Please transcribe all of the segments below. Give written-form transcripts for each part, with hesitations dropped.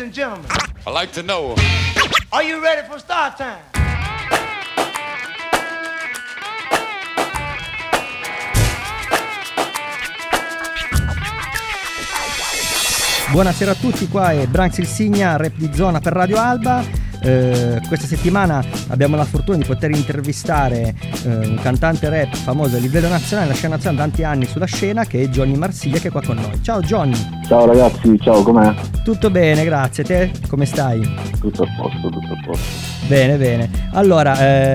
and gentlemen, I like to know. Are you ready for start time? Buonasera a tutti, qua è Branks il Signa, rap di zona per Radio Alba. Questa settimana abbiamo la fortuna di poter intervistare un cantante rap famoso a livello nazionale, la scena nazionale, tanti anni sulla scena, che è Johnny Marsiglia, che è qua con noi. Ciao Johnny. Ciao ragazzi, ciao, com'è? Tutto bene, grazie. Te come stai? Tutto a posto, tutto a posto. Bene, bene. Allora,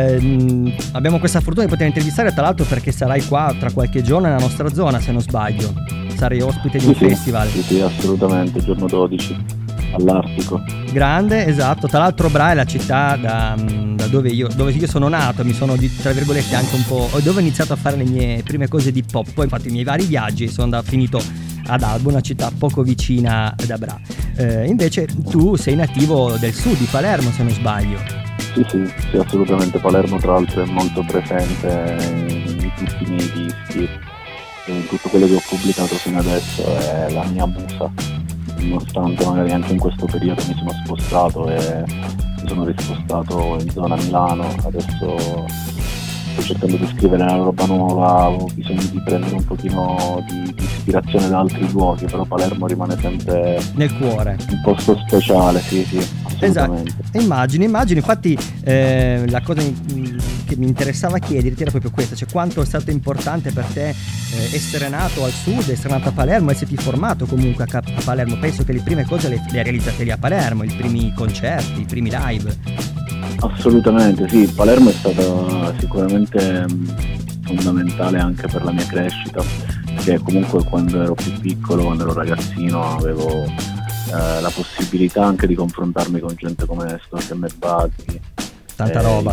abbiamo questa fortuna di poter intervistare, tra l'altro perché sarai qua tra qualche giorno nella nostra zona, se non sbaglio. Sarai ospite di un festival. Sì, assolutamente, giorno 12 all'Artico. Grande, esatto. Tra l'altro Bra è la città da dove io sono nato, mi sono tra virgolette anche un po', dove ho iniziato a fare le mie prime cose di pop. Poi ho fatto i miei vari viaggi, sono finito ad Alba, una città poco vicina da Bra. Invece tu sei nativo del sud, di Palermo, se non sbaglio. Sì, assolutamente. Palermo tra l'altro è molto presente in tutti i miei dischi, in tutto quello che ho pubblicato fino adesso è la mia musa, nonostante magari anche in questo periodo mi sono spostato e mi sono rispostato in zona Milano. Adesso sto cercando di scrivere una roba nuova, ho bisogno di prendere un pochino di ispirazione da altri luoghi, però Palermo rimane sempre nel cuore, un posto speciale, sì, assolutamente. Esatto, immagino, infatti la cosa che mi interessava chiederti era proprio questa, cioè quanto è stato importante per te essere nato al sud, essere nato a Palermo, esserti formato comunque a Palermo. Penso che le prime cose le hai realizzate lì a Palermo, i primi concerti, i primi live. Assolutamente sì, Palermo è stata sicuramente fondamentale anche per la mia crescita, perché comunque quando ero più piccolo, quando ero ragazzino, avevo la possibilità anche di confrontarmi con gente come Storm e Buggy, tanta roba.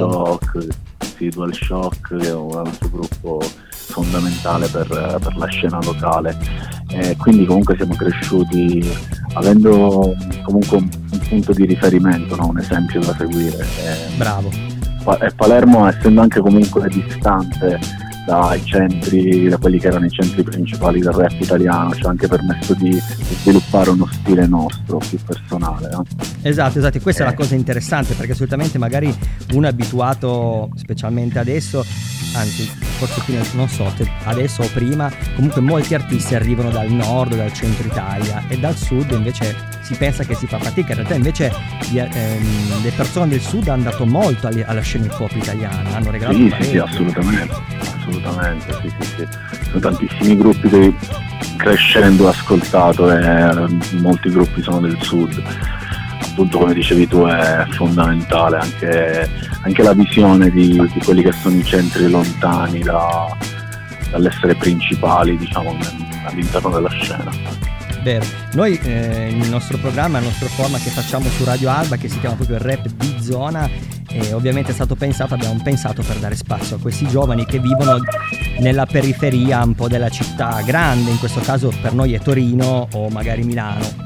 Dual Shock, che è un altro gruppo fondamentale per la scena locale, quindi comunque siamo cresciuti avendo comunque un punto di riferimento, no? Un esempio da seguire. Bravo. E Palermo, essendo anche comunque distante dai centri, da quelli che erano i centri principali del rap italiano, ci ha anche permesso di sviluppare uno stile nostro, più personale, no? Esatto, questa è la cosa interessante, perché solitamente magari uno è abituato, specialmente adesso, anzi forse fino, non so, adesso o prima, comunque molti artisti arrivano dal nord, dal centro Italia, e dal sud invece si pensa che si fa fatica. In realtà invece le persone del sud hanno dato molto alla scena hip hop italiana, hanno regalato sì, assolutamente, sì. Sono tantissimi gruppi che crescendo ho ascoltato e molti gruppi sono del sud. Appunto, come dicevi tu, è fondamentale anche la visione di quelli che sono i centri lontani dall'essere principali, diciamo, all'interno della scena. Vero. Noi il nostro programma, il nostro format che facciamo su Radio Alba, che si chiama proprio il rap di zona, ovviamente è stato pensato, abbiamo pensato per dare spazio a questi giovani che vivono nella periferia un po' della città grande, in questo caso per noi è Torino o magari Milano.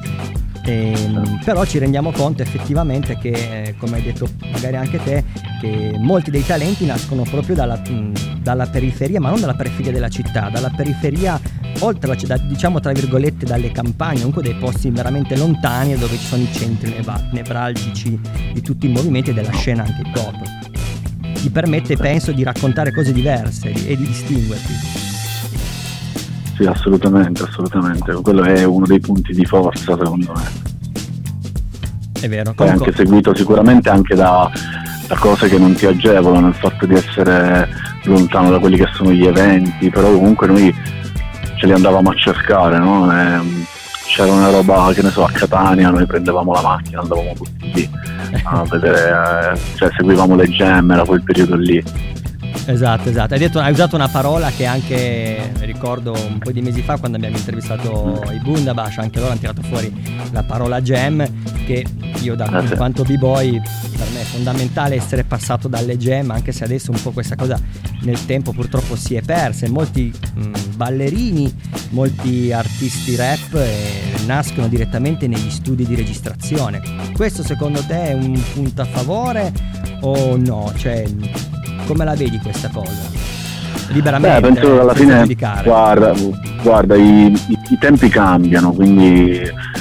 Però ci rendiamo conto effettivamente che, come hai detto magari anche te, che molti dei talenti nascono proprio dalla periferia, ma non dalla periferia della città, dalla periferia, oltre la città, diciamo tra virgolette dalle campagne, comunque dei posti veramente lontani dove ci sono i centri nevralgici di tutti i movimenti della scena anche hip hop. Ti permette, penso, di raccontare cose diverse e di distinguerti. Sì, assolutamente, quello è uno dei punti di forza secondo me. È vero. Poi anche seguito sicuramente anche da cose che non ti agevolano, il fatto di essere lontano da quelli che sono gli eventi, però comunque noi ce li andavamo a cercare, no? C'era una roba, che ne so, a Catania, noi prendevamo la macchina, andavamo tutti lì a vedere, cioè seguivamo le jam, era quel periodo lì. Esatto. Hai usato una parola che anche ricordo un po' di mesi fa quando abbiamo intervistato i Bundabash, anche loro hanno tirato fuori la parola jam, che io in quanto b-boy per me è fondamentale essere passato dalle jam, anche se adesso un po' questa cosa nel tempo purtroppo si è persa, e molti ballerini, molti artisti rap nascono direttamente negli studi di registrazione. Questo secondo te è un punto a favore o no? Cioè, come la vedi questa cosa? liberamente. Penso che alla fine, giudicare. guarda i tempi cambiano, quindi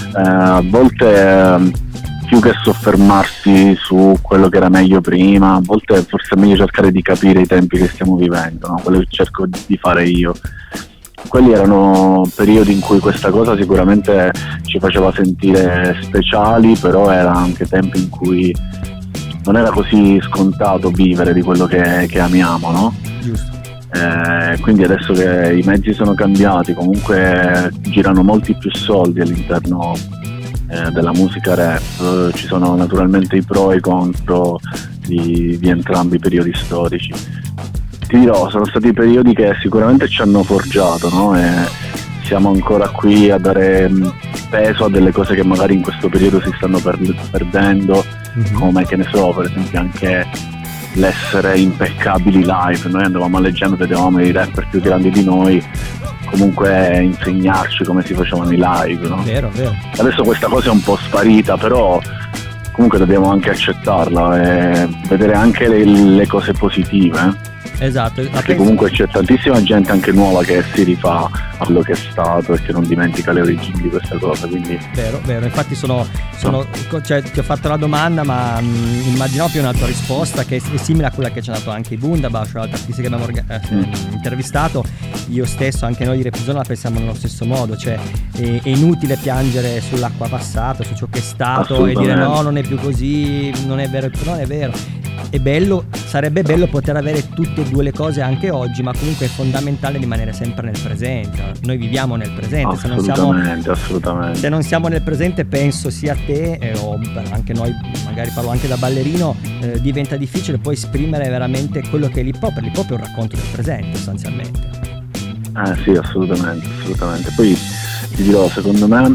a volte più che soffermarsi su quello che era meglio prima, a volte forse è meglio cercare di capire i tempi che stiamo vivendo, no? Quello che cerco di fare io. Quelli erano periodi in cui questa cosa sicuramente ci faceva sentire speciali, però era anche tempi in cui non era così scontato vivere di quello che amiamo, no? Giusto. Quindi adesso che i mezzi sono cambiati, comunque girano molti più soldi all'interno della musica rap, ci sono naturalmente i pro e i contro di entrambi i periodi storici. Ti dirò, sono stati periodi che sicuramente ci hanno forgiato, no? E siamo ancora qui a dare peso a delle cose che magari in questo periodo si stanno perdendo, come, che ne so, per esempio anche l'essere impeccabili live. Noi andavamo alle jam, vedevamo i rapper più grandi di noi comunque insegnarci come si facevano i live, no? Vero. Adesso questa cosa è un po' sparita, però comunque dobbiamo anche accettarla e vedere anche le cose positive. Esatto. Perché comunque c'è tantissima gente anche nuova che si rifà a quello che è stato e che non dimentica le origini di questa cosa, quindi vero, infatti cioè, ti ho fatto la domanda, ma immaginavo più una tua risposta che è simile a quella che ci ha dato anche i Bundabash, l'altra artista che abbiamo intervistato. Io stesso, anche noi di Repzona la pensiamo nello stesso modo, cioè è inutile piangere sull'acqua passata, su ciò che è stato e dire no, non è più così, non è vero. È bello, sarebbe bello poter avere tutte e due le cose anche oggi, ma comunque è fondamentale rimanere sempre nel presente. Noi viviamo nel presente, assolutamente. Se non siamo nel presente, penso sia te o anche noi, magari parlo anche da ballerino, diventa difficile poi esprimere veramente quello che è l'hip hop. L'hip hop è un racconto del presente sostanzialmente. Sì, assolutamente. Poi ti dirò, secondo me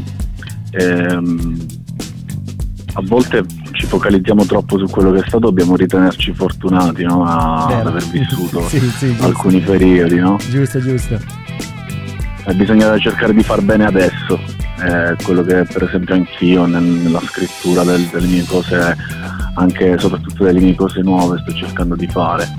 a volte ci focalizziamo troppo su quello che è stato, dobbiamo ritenerci fortunati, no? Ad aver vissuto alcuni periodi, no? Giusto. Bisogna cercare di far bene adesso, quello che per esempio anch'io nella scrittura delle mie cose, anche soprattutto delle mie cose nuove, sto cercando di fare,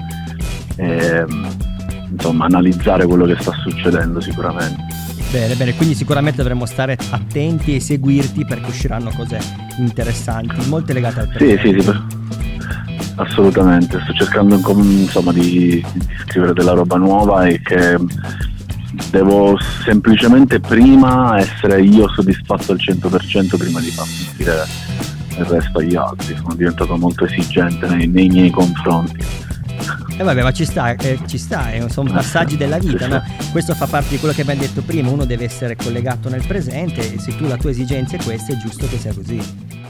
insomma analizzare quello che sta succedendo sicuramente. Bene, quindi sicuramente dovremmo stare attenti e seguirti, perché usciranno cose interessanti, molte legate al presente. Sì, assolutamente. Sto cercando insomma di scrivere della roba nuova e che devo semplicemente prima essere io soddisfatto al 100% prima di far sentire il resto agli altri. Sono diventato molto esigente nei miei confronti. Vabbè, ma ci sta, sono passaggi della vita, no? Questo fa parte di quello che abbiamo detto prima, uno deve essere collegato nel presente e se tu la tua esigenza è questa, è giusto che sia così.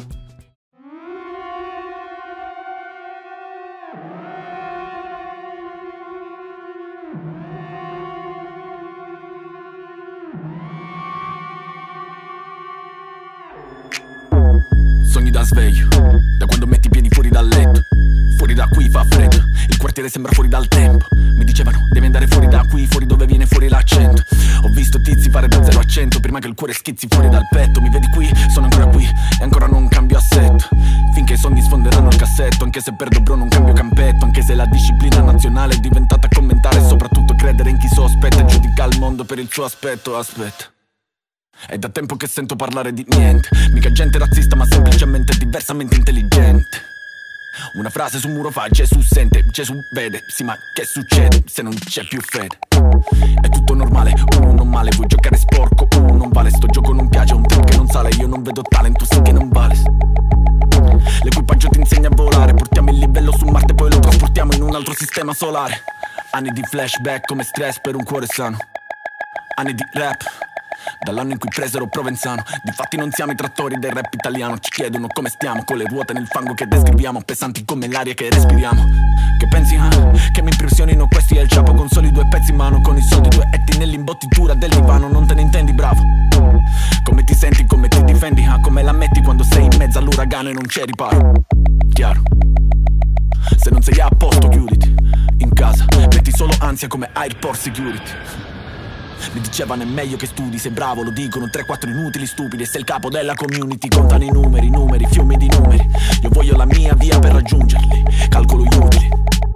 Sogni da sveglio, da quando metti i piedi fuori dal letto. Fuori da qui fa freddo, il quartiere sembra fuori dal tempo. Mi dicevano devi andare fuori da qui, fuori dove viene fuori l'accento. Ho visto tizi fare da 0 a 100 prima che il cuore schizzi fuori dal petto. Mi vedi qui, sono ancora qui e ancora non cambio assetto. Finché i sogni sfonderanno il cassetto, anche se perdo bro non cambio campetto. Anche se la disciplina nazionale è diventata commentare e soprattutto credere in chi sospetta e giudica il mondo per il suo aspetto. Aspetta, è da tempo che sento parlare di niente, mica gente razzista ma semplicemente diversamente intelligente. Una frase sul muro fa Gesù sente, Gesù vede, sì ma che succede se non c'è più fede? È tutto normale, uno non male, vuoi giocare sporco, uno non vale. Sto gioco non piace, un team che non sale, io non vedo talent, tu sì che non vale. L'equipaggio ti insegna a volare, portiamo il livello su Marte poi lo trasportiamo in un altro sistema solare. Anni di flashback come stress per un cuore sano, anni di rap dall'anno in cui presero Provenzano. Difatti non siamo i trattori del rap italiano. Ci chiedono come stiamo, con le ruote nel fango che descriviamo, pesanti come l'aria che respiriamo. Che pensi, che mi impressionino questi è il ciapo, con soli 2 pezzi in mano, con i soldi 2 etti nell'imbottitura del divano. Non te ne intendi, bravo? Come ti senti, come ti difendi, come la metti quando sei in mezzo all'uragano e non c'è riparo? Chiaro. Se non sei a posto chiuditi in casa, metti solo ansia come airport security. Mi dicevano è meglio che studi, sei bravo, lo dicono 3-4 inutili stupidi. E sei il capo della community, contano i numeri, fiumi di numeri. Io voglio la mia via per raggiungerli, calcolo gli utili.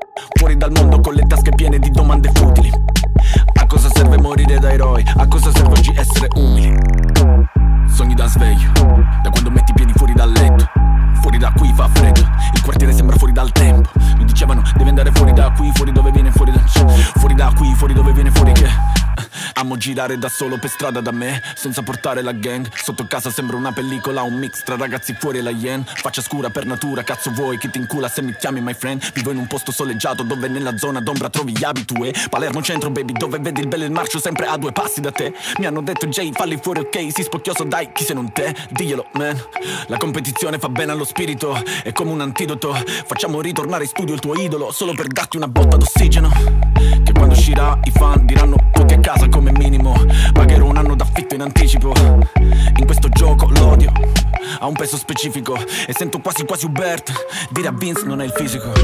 fuori dal mondo con le tasche piene di domande futili. A cosa serve morire da eroi? A cosa serve oggi essere umili? Sogni da sveglio, da quando metti i piedi fuori dal letto. Fuori da qui fa freddo, il quartiere sembra fuori dal tempo. Mi dicevano devi andare fuori da qui, fuori dove viene fuori da... Fuori da qui, fuori dove viene fuori che... Amo girare da solo per strada da me, senza portare la gang. Sotto casa sembra una pellicola, un mix tra ragazzi fuori e la yen. Faccia scura per natura, cazzo vuoi che ti incula se mi chiami my friend. Vivo in un posto soleggiato dove nella zona d'ombra trovi gli abitue. Palermo centro baby, dove vedi il bello e il marcio sempre a 2 passi da te. Mi hanno detto Jay falli fuori ok, si spocchioso dai, chi se non te, diglielo man. La competizione fa bene allo spirito, è come un antidoto. Facciamo ritornare in studio il tuo idolo, solo per darti una botta d'ossigeno. Che quando uscirà i fan diranno tutti a casa come minimo. Pagherò un anno d'affitto in anticipo. In questo gioco l'odio ha un peso specifico e sento quasi Hubert dire a Vince non è il fisico.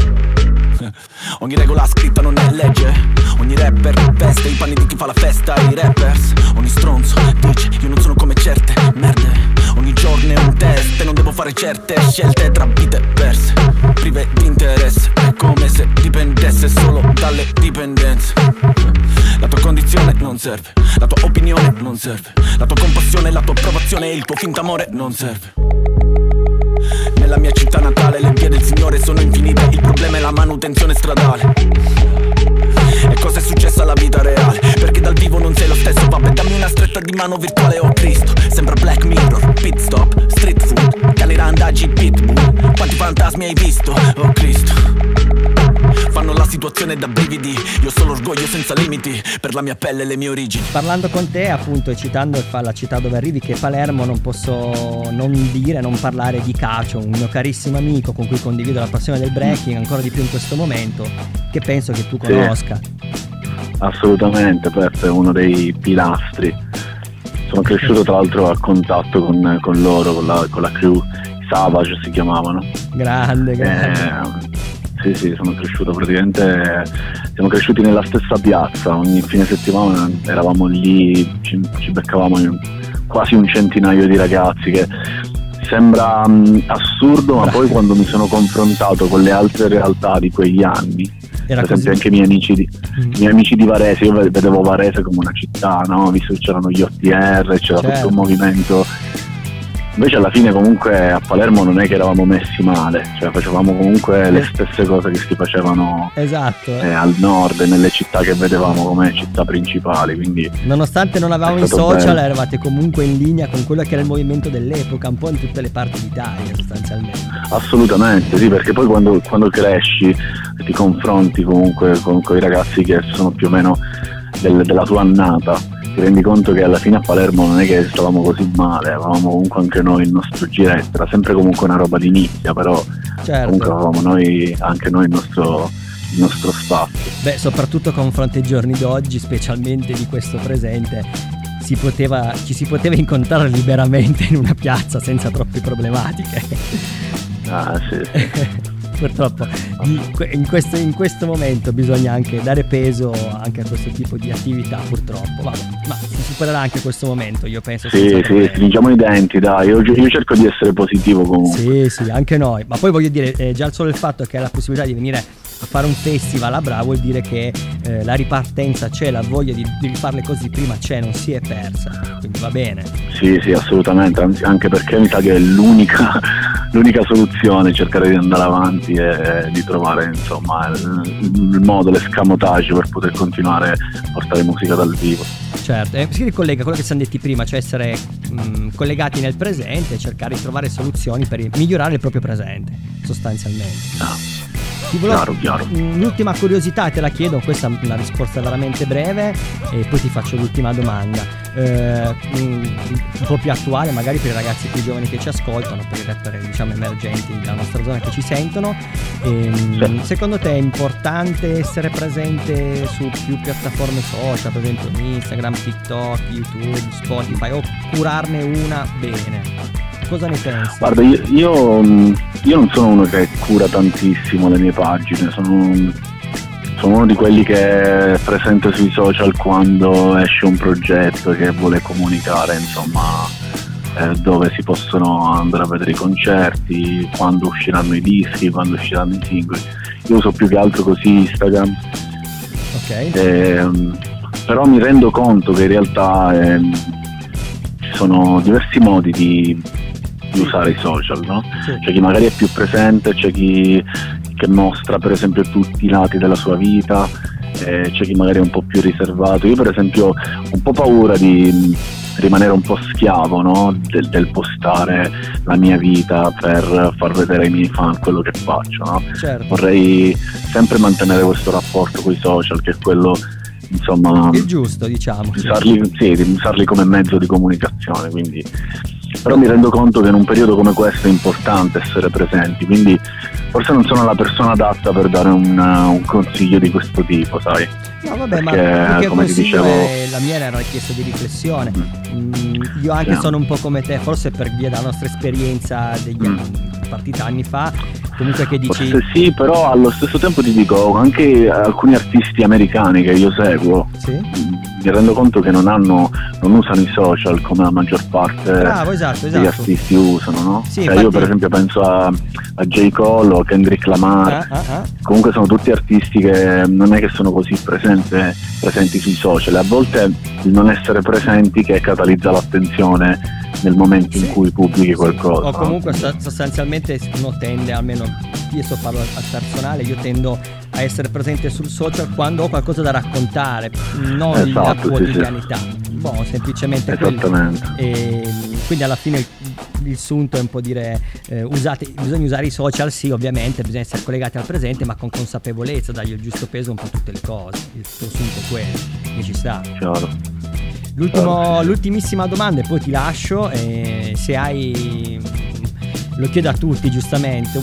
Ogni regola scritta non è legge. Ogni rapper veste i panni di chi fa la festa. I rappers, ogni stronzo dice io non sono come certe merde. Ogni giorno è un test e non devo fare certe scelte tra vite perse, prive di interesse. È come se dipendesse solo dalle dipendenze. La tua condizione non serve, la tua opinione non serve, la tua compassione, la tua approvazione e il tuo finto amore non serve. Nella mia città natale le vie del Signore sono infinite, il problema è la manutenzione stradale. E cosa è successo alla vita reale? Perché dal vivo non sei lo stesso. Vabbè dammi una stretta di mano virtuale, oh Cristo. Sembra Black Mirror, pit stop, street food, cani randaggi, pitbull. Quanti fantasmi hai visto, oh Cristo? Fanno la situazione da brividi. Io ho solo orgoglio senza limiti per la mia pelle e le mie origini. Parlando con te appunto e citando la città dove arrivi, che è Palermo, non posso non dire, non parlare di Cacio, un mio carissimo amico con cui condivido la passione del breaking ancora di più in questo momento, che penso che tu conosca. Assolutamente, questo è uno dei pilastri. Sono cresciuto tra l'altro a contatto con loro, con la crew, i Savage si chiamavano. Grande. Sì, sono cresciuto praticamente, siamo cresciuti nella stessa piazza, ogni fine settimana eravamo lì, ci beccavamo quasi un centinaio di ragazzi, che sembra assurdo, ma poi quando mi sono confrontato con le altre realtà di quegli anni, per esempio anche i miei amici di Varese, io vedevo Varese come una città, no? Visto che c'erano gli OTR, c'era tutto un movimento. Invece alla fine comunque a Palermo non è che eravamo messi male, cioè facevamo comunque le stesse cose che si facevano al nord e nelle città che vedevamo come città principali, quindi nonostante non avevamo i social eravate comunque in linea con quello che era il movimento dell'epoca, un po' in tutte le parti d'Italia sostanzialmente. Assolutamente sì, perché poi quando cresci e ti confronti comunque con i ragazzi che sono più o meno della tua annata, ti rendi conto che alla fine a Palermo non è che stavamo così male, avevamo comunque anche noi il nostro giretto, era sempre comunque una roba di nicchia, però comunque avevamo anche noi il nostro spazio. Beh, soprattutto a confronto ai giorni d'oggi, specialmente di questo presente, ci si poteva incontrare liberamente in una piazza senza troppe problematiche. Sì. Purtroppo in questo momento bisogna anche dare peso anche a questo tipo di attività, purtroppo. Vabbè, ma si supererà anche questo momento, io penso. Sì, stringiamo i denti, dai, io cerco di essere positivo comunque. Sì, anche noi, ma poi voglio dire, già solo il fatto che hai la possibilità di venire a fare un festival a Bra vuol dire che la ripartenza c'è, la voglia di fare le cose prima c'è, non si è persa, quindi va bene. Sì, assolutamente, anche perché mi sa che è l'unica soluzione cercare di andare avanti e di trovare insomma il modo, l'escamotage per poter continuare a portare musica dal vivo. Certo, si ricollega a quello che siamo detti prima, cioè essere collegati nel presente e cercare di trovare soluzioni per migliorare il proprio presente sostanzialmente. Chiaro. L'ultima curiosità te la chiedo, questa è una risposta veramente breve e poi ti faccio l'ultima domanda, un po' più attuale magari per i ragazzi più giovani che ci ascoltano, per i rapper diciamo emergenti della nostra zona che ci sentono. Secondo te è importante essere presente su più piattaforme social, per esempio Instagram, TikTok, YouTube, Spotify, o curarne una bene? Cosa ne pensi? Guarda, io non sono uno che cura tantissimo le mie pagine, sono uno di quelli che è presente sui social quando esce un progetto che vuole comunicare, insomma, dove si possono andare a vedere i concerti, quando usciranno i dischi, quando usciranno i singoli. io uso più che altro così Instagram. Però mi rendo conto che in realtà ci sono diversi modi di usare i social, no? Sì. C'è chi magari è più presente, c'è chi che mostra per esempio tutti i lati della sua vita, c'è chi magari è un po' più riservato. Io per esempio ho un po' paura di rimanere un po' schiavo, no? del postare la mia vita per far vedere ai miei fan quello che faccio, no? Certo. Vorrei sempre mantenere questo rapporto con i social, che è quello, insomma, il giusto, diciamo, usarli come mezzo di comunicazione. Quindi però mi rendo conto che in un periodo come questo è importante essere presenti, quindi forse non sono la persona adatta per dare un consiglio di questo tipo, sai? No, vabbè, perché, ma perché come ti dicevo, la mia era una richiesta di riflessione. Io anche sono un po' come te, forse per via della nostra esperienza partita anni fa, comunque, che dici. Forse sì, però allo stesso tempo ti dico, anche alcuni artisti americani che io seguo, mi rendo conto che non usano i social come la maggior parte degli artisti usano, no? Sì, cioè, infatti, io per esempio penso a J. Cole o Kendrick Lamar. Comunque sono tutti artisti che non è che sono così presenti sui social, a volte il non essere presenti che catalizza l'attenzione nel momento in cui pubblichi qualcosa. O comunque sostanzialmente uno tende, almeno io parlo al personale, io tendo a essere presente sul social quando ho qualcosa da raccontare, non la quotidianità. Semplicemente quello. E quindi alla fine il sunto è un po' dire bisogna usare i social, sì, ovviamente bisogna essere collegati al presente, ma con consapevolezza, dargli il giusto peso un po' a tutte le cose. Il tuo sunto è quello, che ci sta. Chiaro. L'ultimissima domanda e poi ti lascio, se hai, lo chiedo a tutti giustamente,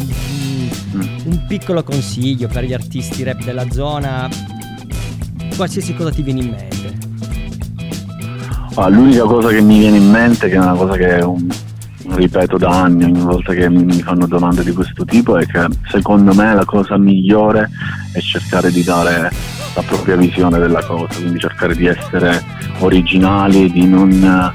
un piccolo consiglio per gli artisti rap della zona, qualsiasi cosa ti viene in mente. L'unica cosa che mi viene in mente, che è una cosa che ripeto da anni ogni volta che mi fanno domande di questo tipo, è che secondo me la cosa migliore è cercare di dare la propria visione della cosa, quindi cercare di essere originali, di non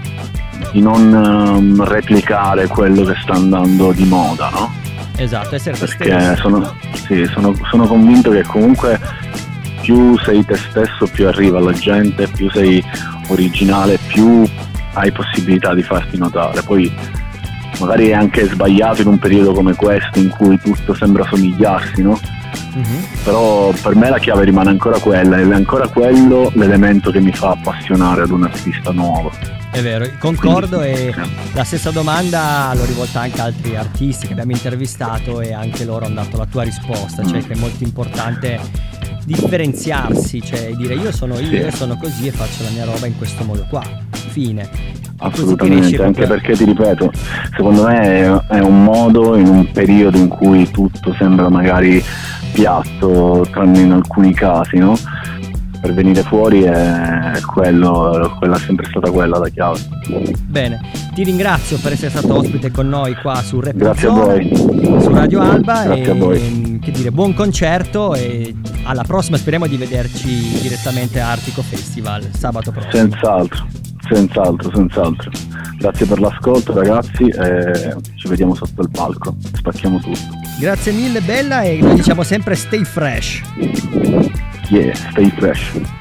replicare quello che sta andando di moda, no? Esatto, essere te perché stesso. sono convinto che comunque più sei te stesso, più arriva alla gente, più sei originale, più hai possibilità di farti notare. Poi magari è anche sbagliato in un periodo come questo in cui tutto sembra somigliarsi, no? Però per me la chiave rimane ancora quella, ed è ancora quello l'elemento che mi fa appassionare ad un artista nuovo. È vero, concordo. E la stessa domanda l'ho rivolta anche a altri artisti che abbiamo intervistato e anche loro hanno dato la tua risposta, cioè che è molto importante differenziarsi, cioè dire io sono così e faccio la mia roba in questo modo qua, fine. Assolutamente, anche perché ti ripeto, secondo me è un modo, in un periodo in cui tutto sembra magari piatto, tranne in alcuni casi, no? Per venire fuori è quella è sempre stata quella la chiave. Bene, ti ringrazio per essere stato ospite con noi qua su Rap Grazie Zona, a voi. su Radio Alba. Grazie a voi. Che dire, buon concerto e alla prossima, speriamo di vederci direttamente a Artico Festival sabato prossimo. Senz'altro. Grazie per l'ascolto ragazzi, e ci vediamo sotto il palco, spacchiamo tutto. Grazie mille Bella, e noi diciamo sempre stay fresh. Yeah, stay fresh.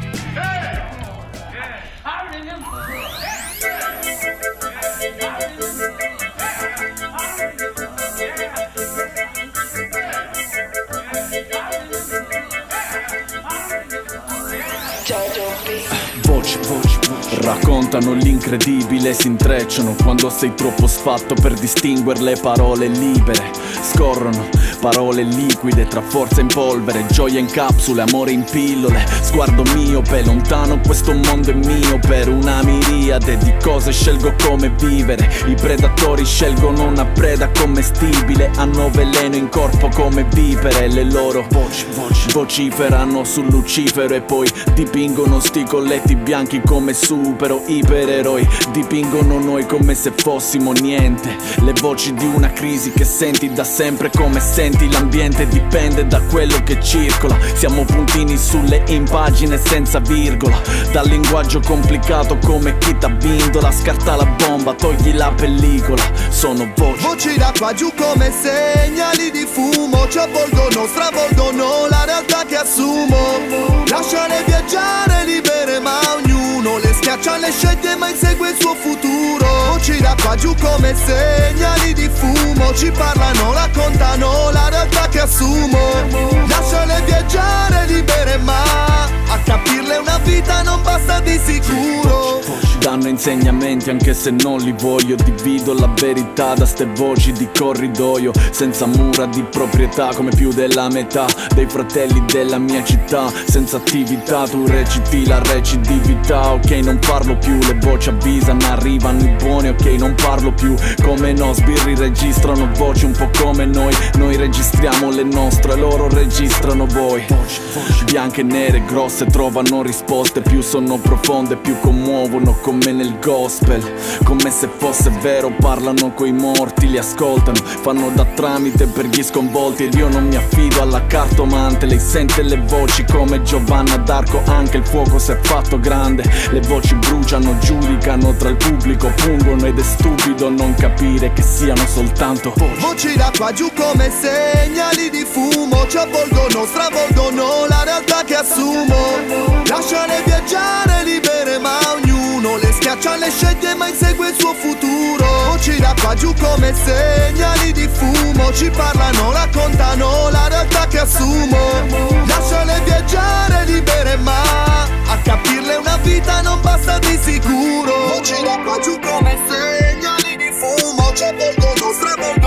Voci, raccontano l'incredibile, si intrecciano quando sei troppo sfatto per distinguere le parole libere. Scorrono parole liquide tra forza in polvere, gioia in capsule, amore in pillole. Sguardo miope, lontano questo mondo è mio. Per una miriade di cose scelgo come vivere. I predatori scelgono una preda commestibile, hanno veleno in corpo come vipere. Le loro voci vociferano sul Lucifero e poi dipingono sti colletti bianchi come supero ipereroi. Dipingono noi come se fossimo niente, le voci di una crisi che senti da sempre. sempre come senti, l'ambiente dipende da quello che circola. Siamo puntini sulle impagine senza virgola, dal linguaggio complicato come chi t'abbindola. Scarta la bomba, togli la pellicola, sono voci da qua giù come segnali di fumo, ci avvolgono, stravolgono la realtà che assumo. Lasciale viaggiare libere ma ognuno le schiaccia, le sceglie ma insegue il suo futuro. Voci da qua giù come segnali di fumo, ci parlano, raccontano la realtà che assumo. Lasciale viaggiare libere ma a capirle una vita non basta di sicuro. Danno insegnamenti anche se non li voglio, divido la verità da ste voci di corridoio, senza mura di proprietà come più della metà dei fratelli della mia città. Senza attività tu reciti la recidività, ok non parlo più, le voci avvisano, arrivano i buoni, ok non parlo più. Come no, sbirri registrano voci un po' come noi registriamo le nostre, loro registrano voi. Bianche e nere, grosse, trovano risposte, più sono profonde, più commuovono come nel gospel. Come se fosse vero, parlano coi morti, li ascoltano, fanno da tramite per gli sconvolti. Ed io non mi affido alla cartomante, lei sente le voci come Giovanna d'Arco, anche il fuoco si è fatto grande. Le voci bruciano, giudicano tra il pubblico, pungono ed è stupido non capire che siano soltanto voci da qua giù come segnali di fumo, ci avvolgono, stravolgono la realtà che assumo. Lasciale viaggiare libere ma ognuno le schiaccia, le sceglie ma insegue il suo futuro. Voci da qua giù come segnali di fumo, ci parlano, raccontano la realtà che assumo. Lasciale viaggiare libere ma a capirle una vita non basta di sicuro. Voci da qua giù come segnali di fumo, ci avvolgono, stravolgono